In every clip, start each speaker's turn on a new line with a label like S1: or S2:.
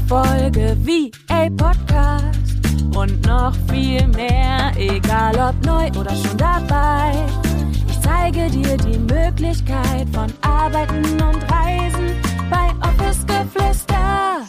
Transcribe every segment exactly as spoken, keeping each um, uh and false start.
S1: Folge V A Podcast und noch viel mehr, egal ob neu oder schon dabei. Ich zeige dir die Möglichkeit von Arbeiten und Reisen bei Office Geflüster.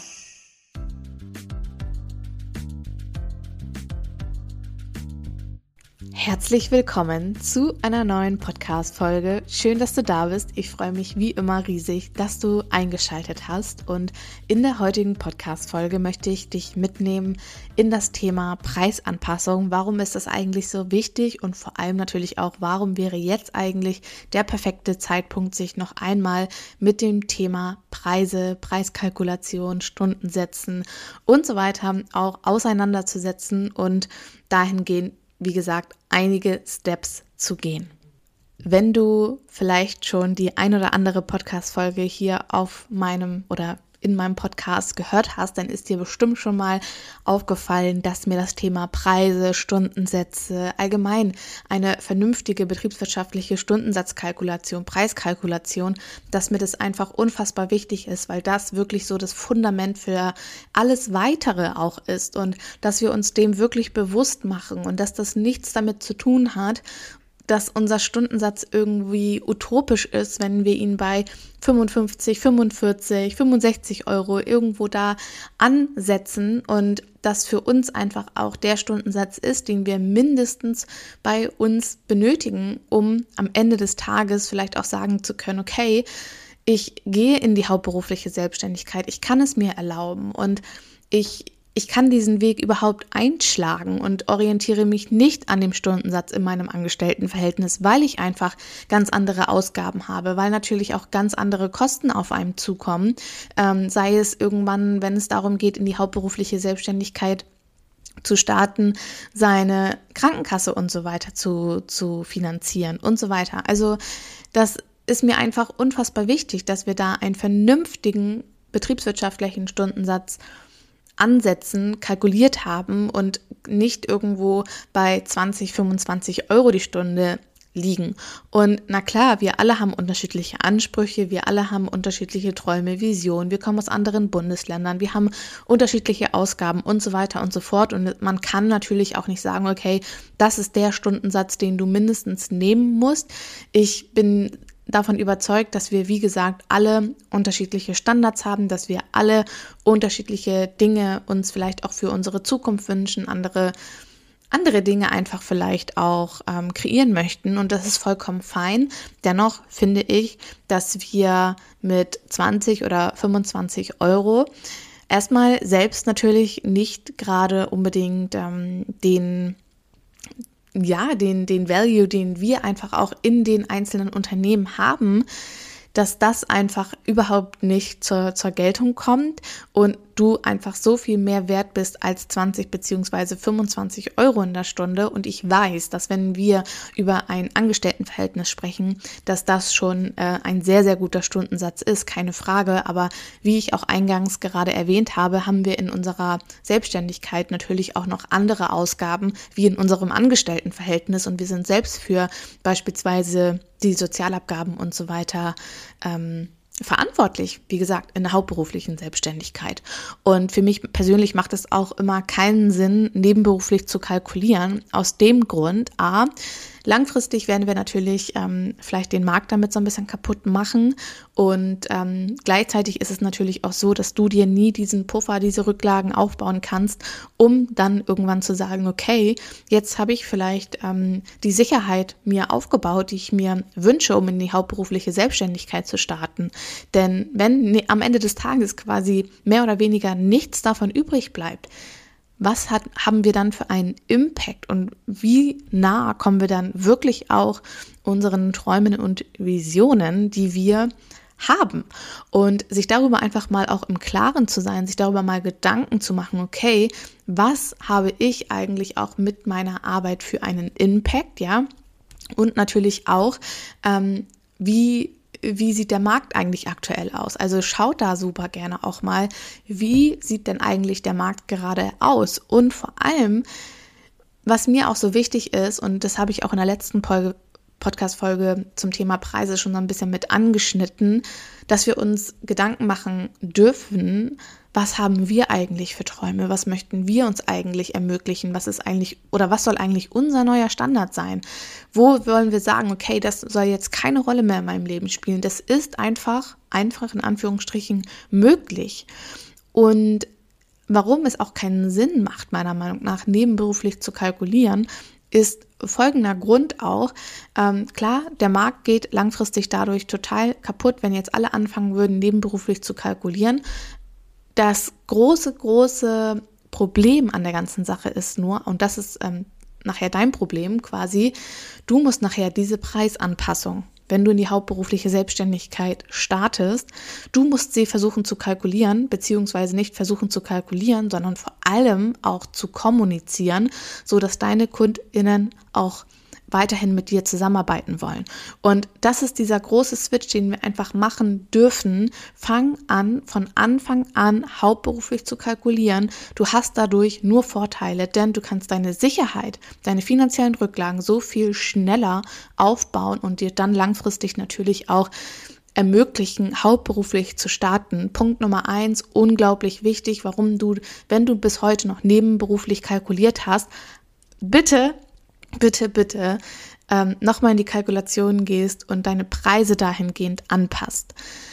S2: Herzlich willkommen zu einer neuen Podcast-Folge. Schön, dass du da bist. Ich freue mich wie immer riesig, dass du eingeschaltet hast. Und in der heutigen Podcast-Folge möchte ich dich mitnehmen in das Thema Preisanpassung. Warum ist das eigentlich so wichtig? Und vor allem natürlich auch, warum wäre jetzt eigentlich der perfekte Zeitpunkt, sich noch einmal mit dem Thema Preise, Preiskalkulation, Stundensätzen und so weiter auch auseinanderzusetzen und dahingehend, wie gesagt, einige Steps zu gehen. Wenn du vielleicht schon die ein oder andere Podcast-Folge hier auf meinem oder in meinem Podcast gehört hast, dann ist dir bestimmt schon mal aufgefallen, dass mir das Thema Preise, Stundensätze, allgemein eine vernünftige betriebswirtschaftliche Stundensatzkalkulation, Preiskalkulation, dass mir das einfach unfassbar wichtig ist, weil das wirklich so das Fundament für alles Weitere auch ist und dass wir uns dem wirklich bewusst machen und dass das nichts damit zu tun hat, dass unser Stundensatz irgendwie utopisch ist, wenn wir ihn bei fünfundfünfzig, fünfundvierzig, fünfundsechzig Euro irgendwo da ansetzen und das für uns einfach auch der Stundensatz ist, den wir mindestens bei uns benötigen, um am Ende des Tages vielleicht auch sagen zu können, okay, ich gehe in die hauptberufliche Selbstständigkeit, ich kann es mir erlauben und ich Ich kann diesen Weg überhaupt einschlagen und orientiere mich nicht an dem Stundensatz in meinem Angestelltenverhältnis, weil ich einfach ganz andere Ausgaben habe, weil natürlich auch ganz andere Kosten auf einem zukommen, ähm, sei es irgendwann, wenn es darum geht, in die hauptberufliche Selbstständigkeit zu starten, seine Krankenkasse und so weiter zu, zu finanzieren und so weiter. Also das ist mir einfach unfassbar wichtig, dass wir da einen vernünftigen betriebswirtschaftlichen Stundensatz ansetzen, kalkuliert haben und nicht irgendwo bei zwanzig, fünfundzwanzig Euro die Stunde liegen. Und na klar, wir alle haben unterschiedliche Ansprüche, wir alle haben unterschiedliche Träume, Visionen, wir kommen aus anderen Bundesländern, wir haben unterschiedliche Ausgaben und so weiter und so fort. Und man kann natürlich auch nicht sagen, okay, das ist der Stundensatz, den du mindestens nehmen musst. Ich bin davon überzeugt, dass wir, wie gesagt, alle unterschiedliche Standards haben, dass wir alle unterschiedliche Dinge uns vielleicht auch für unsere Zukunft wünschen, andere, andere Dinge einfach vielleicht auch ähm, kreieren möchten und das ist vollkommen fein. Dennoch finde ich, dass wir mit zwanzig oder fünfundzwanzig Euro erstmal selbst natürlich nicht gerade unbedingt ähm, den ja, den, den Value, den wir einfach auch in den einzelnen Unternehmen haben, dass das einfach überhaupt nicht zur, zur Geltung kommt und du einfach so viel mehr wert bist als zwanzig beziehungsweise fünfundzwanzig Euro in der Stunde. Und ich weiß, dass wenn wir über ein Angestelltenverhältnis sprechen, dass das schon äh, ein sehr, sehr guter Stundensatz ist, keine Frage. Aber wie ich auch eingangs gerade erwähnt habe, haben wir in unserer Selbstständigkeit natürlich auch noch andere Ausgaben wie in unserem Angestelltenverhältnis. Und wir sind selbst für beispielsweise die Sozialabgaben und so weiter ähm, verantwortlich, wie gesagt, in der hauptberuflichen Selbstständigkeit. Und für mich persönlich macht es auch immer keinen Sinn, nebenberuflich zu kalkulieren. Aus dem Grund, a, langfristig werden wir natürlich ähm, vielleicht den Markt damit so ein bisschen kaputt machen und ähm, gleichzeitig ist es natürlich auch so, dass du dir nie diesen Puffer, diese Rücklagen aufbauen kannst, um dann irgendwann zu sagen, okay, jetzt habe ich vielleicht ähm, die Sicherheit mir aufgebaut, die ich mir wünsche, um in die hauptberufliche Selbstständigkeit zu starten. Denn wenn ne, am Ende des Tages quasi mehr oder weniger nichts davon übrig bleibt, was hat, haben wir dann für einen Impact und wie nah kommen wir dann wirklich auch unseren Träumen und Visionen, die wir haben? Und sich darüber einfach mal auch im Klaren zu sein, sich darüber mal Gedanken zu machen, okay, was habe ich eigentlich auch mit meiner Arbeit für einen Impact, ja? Und natürlich auch, ähm, wie Wie sieht der Markt eigentlich aktuell aus? Also schaut da super gerne auch mal, wie sieht denn eigentlich der Markt gerade aus? Und vor allem, was mir auch so wichtig ist, und das habe ich auch in der letzten Folge, Podcast-Folge zum Thema Preise schon so ein bisschen mit angeschnitten, dass wir uns Gedanken machen dürfen, was haben wir eigentlich für Träume, was möchten wir uns eigentlich ermöglichen, was ist eigentlich oder was soll eigentlich unser neuer Standard sein? Wo wollen wir sagen, okay, das soll jetzt keine Rolle mehr in meinem Leben spielen. Das ist einfach, einfach in Anführungsstrichen möglich. Und warum es auch keinen Sinn macht, meiner Meinung nach, nebenberuflich zu kalkulieren, ist folgender Grund auch. Ähm, klar, der Markt geht langfristig dadurch total kaputt, wenn jetzt alle anfangen würden, nebenberuflich zu kalkulieren. Das große, große Problem an der ganzen Sache ist nur, und das ist ähm, nachher dein Problem quasi, du musst nachher diese Preisanpassung, wenn du in die hauptberufliche Selbstständigkeit startest, du musst sie versuchen zu kalkulieren, beziehungsweise nicht versuchen zu kalkulieren, sondern vor allem auch zu kommunizieren, sodass deine KundInnen auch weiterhin mit dir zusammenarbeiten wollen. Und das ist dieser große Switch, den wir einfach machen dürfen. Fang an, von Anfang an hauptberuflich zu kalkulieren. Du hast dadurch nur Vorteile, denn du kannst deine Sicherheit, deine finanziellen Rücklagen so viel schneller aufbauen und dir dann langfristig natürlich auch ermöglichen, hauptberuflich zu starten. Punkt Nummer eins, unglaublich wichtig, warum du, wenn du bis heute noch nebenberuflich kalkuliert hast, bitte bitte, bitte ähm, nochmal in die Kalkulation gehst und deine Preise dahingehend anpasst.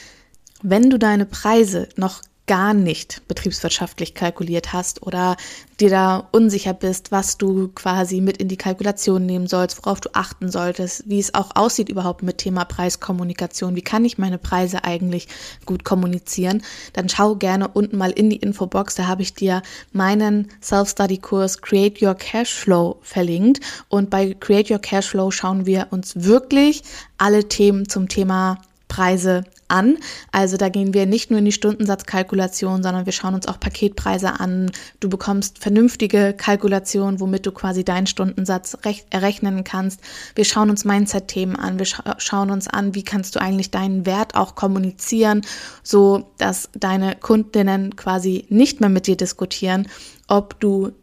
S2: Wenn du deine Preise noch gar nicht betriebswirtschaftlich kalkuliert hast oder dir da unsicher bist, was du quasi mit in die Kalkulation nehmen sollst, worauf du achten solltest, wie es auch aussieht überhaupt mit Thema Preiskommunikation, wie kann ich meine Preise eigentlich gut kommunizieren, dann schau gerne unten mal in die Infobox, da habe ich dir meinen Self-Study-Kurs Create Your Cashflow verlinkt und bei Create Your Cashflow schauen wir uns wirklich alle Themen zum Thema Preise an. Also da gehen wir nicht nur in die Stundensatzkalkulation, sondern wir schauen uns auch Paketpreise an. Du bekommst vernünftige Kalkulationen, womit du quasi deinen Stundensatz recht, errechnen kannst. Wir schauen uns Mindset-Themen an. Wir scha- schauen uns an, wie kannst du eigentlich deinen Wert auch kommunizieren, so dass deine Kundinnen quasi nicht mehr mit dir diskutieren, ob du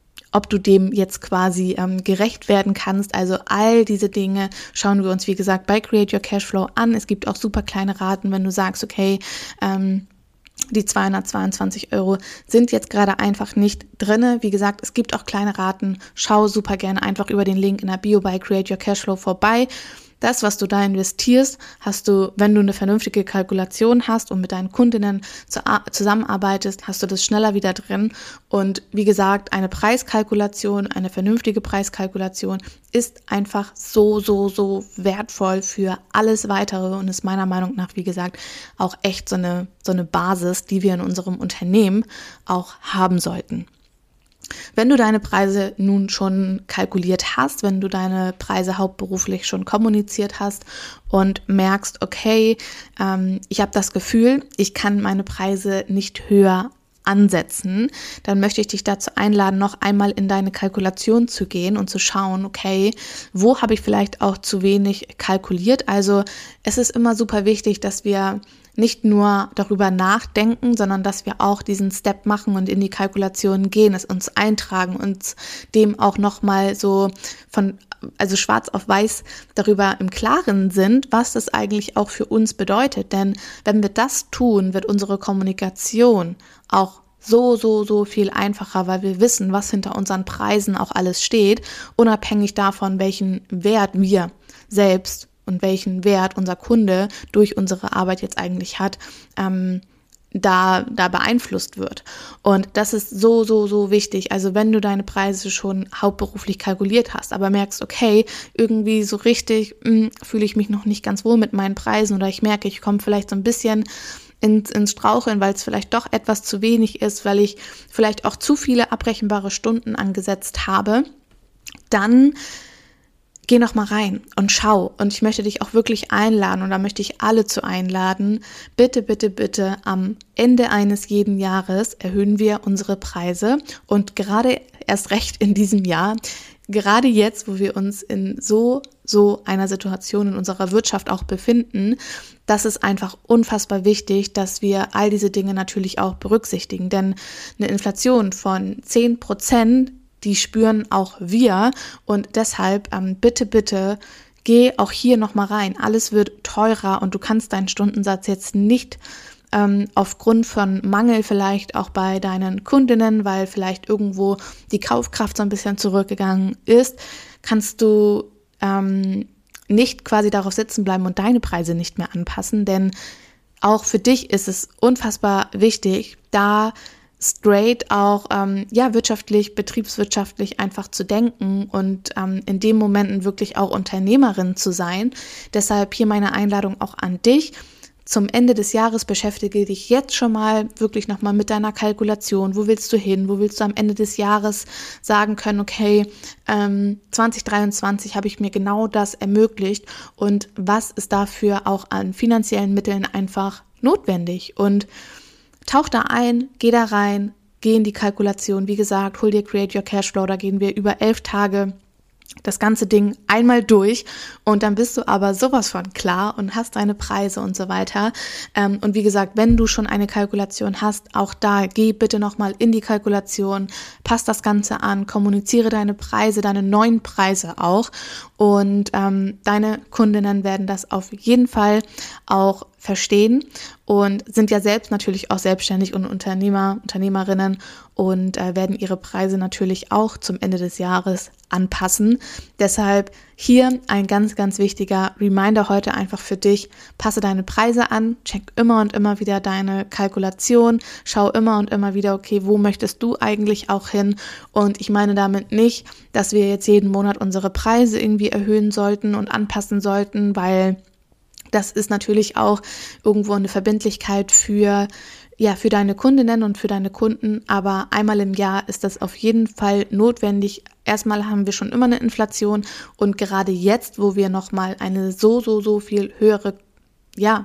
S2: ob du dem jetzt quasi ähm, gerecht werden kannst. Also all diese Dinge schauen wir uns, wie gesagt, bei Create Your Cashflow an. Es gibt auch super kleine Raten, wenn du sagst, okay, ähm, die zweihundertzweiundzwanzig Euro sind jetzt gerade einfach nicht drinne. Wie gesagt, es gibt auch kleine Raten. Schau super gerne einfach über den Link in der Bio bei Create Your Cashflow vorbei. Das, was du da investierst, hast du, wenn du eine vernünftige Kalkulation hast und mit deinen Kundinnen zu, zusammenarbeitest, hast du das schneller wieder drin. Und wie gesagt, eine Preiskalkulation, eine vernünftige Preiskalkulation ist einfach so, so, so wertvoll für alles Weitere und ist meiner Meinung nach, wie gesagt, auch echt so eine, so eine Basis, die wir in unserem Unternehmen auch haben sollten. Wenn du deine Preise nun schon kalkuliert hast, wenn du deine Preise hauptberuflich schon kommuniziert hast und merkst, okay, ähm, ich habe das Gefühl, ich kann meine Preise nicht höher ansetzen, dann möchte ich dich dazu einladen, noch einmal in deine Kalkulation zu gehen und zu schauen, okay, wo habe ich vielleicht auch zu wenig kalkuliert? Also es ist immer super wichtig, dass wir nicht nur darüber nachdenken, sondern dass wir auch diesen Step machen und in die Kalkulation gehen, es uns eintragen, uns dem auch nochmal so von, also schwarz auf weiß darüber im Klaren sind, was das eigentlich auch für uns bedeutet. Denn wenn wir das tun, wird unsere Kommunikation auch so, so, so viel einfacher, weil wir wissen, was hinter unseren Preisen auch alles steht, unabhängig davon, welchen Wert wir selbst und welchen Wert unser Kunde durch unsere Arbeit jetzt eigentlich hat, ähm, da, da beeinflusst wird. Und das ist so, so, so wichtig. Also wenn du deine Preise schon hauptberuflich kalkuliert hast, aber merkst, okay, irgendwie so richtig mh, fühle ich mich noch nicht ganz wohl mit meinen Preisen oder ich merke, ich komme vielleicht so ein bisschen ins, ins Straucheln, weil es vielleicht doch etwas zu wenig ist, weil ich vielleicht auch zu viele abrechenbare Stunden angesetzt habe, dann geh noch mal rein und schau. Und ich möchte dich auch wirklich einladen und da möchte ich alle zu einladen. Bitte, bitte, bitte, am Ende eines jeden Jahres erhöhen wir unsere Preise und gerade erst recht in diesem Jahr, gerade jetzt, wo wir uns in so, so einer Situation in unserer Wirtschaft auch befinden, das ist einfach unfassbar wichtig, dass wir all diese Dinge natürlich auch berücksichtigen. Denn eine Inflation von zehn Prozent, die spüren auch wir und deshalb ähm, bitte, bitte geh auch hier nochmal rein. Alles wird teurer und du kannst deinen Stundensatz jetzt nicht ähm, aufgrund von Mangel vielleicht auch bei deinen Kundinnen, weil vielleicht irgendwo die Kaufkraft so ein bisschen zurückgegangen ist, kannst du ähm, nicht quasi darauf sitzen bleiben und deine Preise nicht mehr anpassen, denn auch für dich ist es unfassbar wichtig, da straight auch ähm, ja wirtschaftlich, betriebswirtschaftlich einfach zu denken und ähm, in den Momenten wirklich auch Unternehmerin zu sein. Deshalb hier meine Einladung auch an dich. Zum Ende des Jahres beschäftige dich jetzt schon mal wirklich nochmal mit deiner Kalkulation. Wo willst du hin? Wo willst du am Ende des Jahres sagen können, okay, ähm, zwanzig dreiundzwanzig habe ich mir genau das ermöglicht und was ist dafür auch an finanziellen Mitteln einfach notwendig? Und tauch da ein, geh da rein, geh in die Kalkulation. Wie gesagt, hol dir Create Your Cashflow, da gehen wir über elf Tage das ganze Ding einmal durch und dann bist du aber sowas von klar und hast deine Preise und so weiter. Und wie gesagt, wenn du schon eine Kalkulation hast, auch da geh bitte nochmal in die Kalkulation, pass das Ganze an, kommuniziere deine Preise, deine neuen Preise auch und ähm, deine Kundinnen werden das auf jeden Fall auch verstehen und sind ja selbst natürlich auch selbstständig und Unternehmer, Unternehmerinnen und äh, werden ihre Preise natürlich auch zum Ende des Jahres anpassen. Deshalb hier ein ganz, ganz wichtiger Reminder heute einfach für dich. Passe deine Preise an, check immer und immer wieder deine Kalkulation, schau immer und immer wieder, okay, wo möchtest du eigentlich auch hin? Und ich meine damit nicht, dass wir jetzt jeden Monat unsere Preise irgendwie erhöhen sollten und anpassen sollten, weil das ist natürlich auch irgendwo eine Verbindlichkeit für, ja, für deine Kundinnen und für deine Kunden, aber einmal im Jahr ist das auf jeden Fall notwendig. Erstmal haben wir schon immer eine Inflation und gerade jetzt, wo wir nochmal eine so, so, so viel höhere, ja,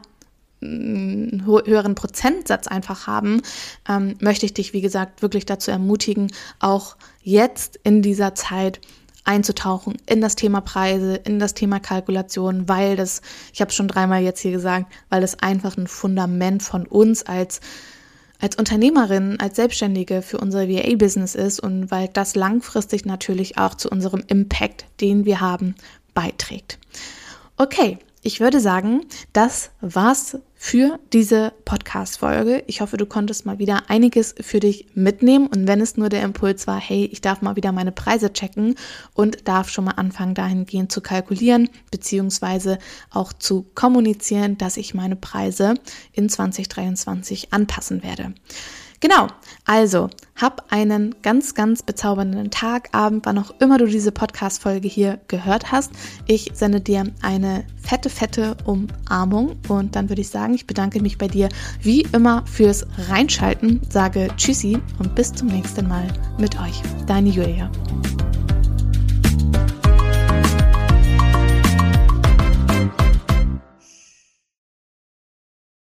S2: höheren Prozentsatz einfach haben, ähm, möchte ich dich, wie gesagt, wirklich dazu ermutigen, auch jetzt in dieser Zeit einzutauchen in das Thema Preise, in das Thema Kalkulation, weil das, ich habe es schon dreimal jetzt hier gesagt, weil das einfach ein Fundament von uns als, als Unternehmerin, als Selbstständige für unser V A-Business ist und weil das langfristig natürlich auch zu unserem Impact, den wir haben, beiträgt. Okay, ich würde sagen, das war's für diese Podcast-Folge. Ich hoffe, du konntest mal wieder einiges für dich mitnehmen und wenn es nur der Impuls war, hey, ich darf mal wieder meine Preise checken und darf schon mal anfangen, dahingehend zu kalkulieren, beziehungsweise auch zu kommunizieren, dass ich meine Preise in zwanzig dreiundzwanzig anpassen werde. Genau, also hab einen ganz, ganz bezaubernden Tag, Abend, wann auch immer du diese Podcast-Folge hier gehört hast. Ich sende dir eine fette, fette Umarmung und dann würde ich sagen, ich bedanke mich bei dir wie immer fürs Reinschalten, sage Tschüssi und bis zum nächsten Mal mit euch. Deine Julia.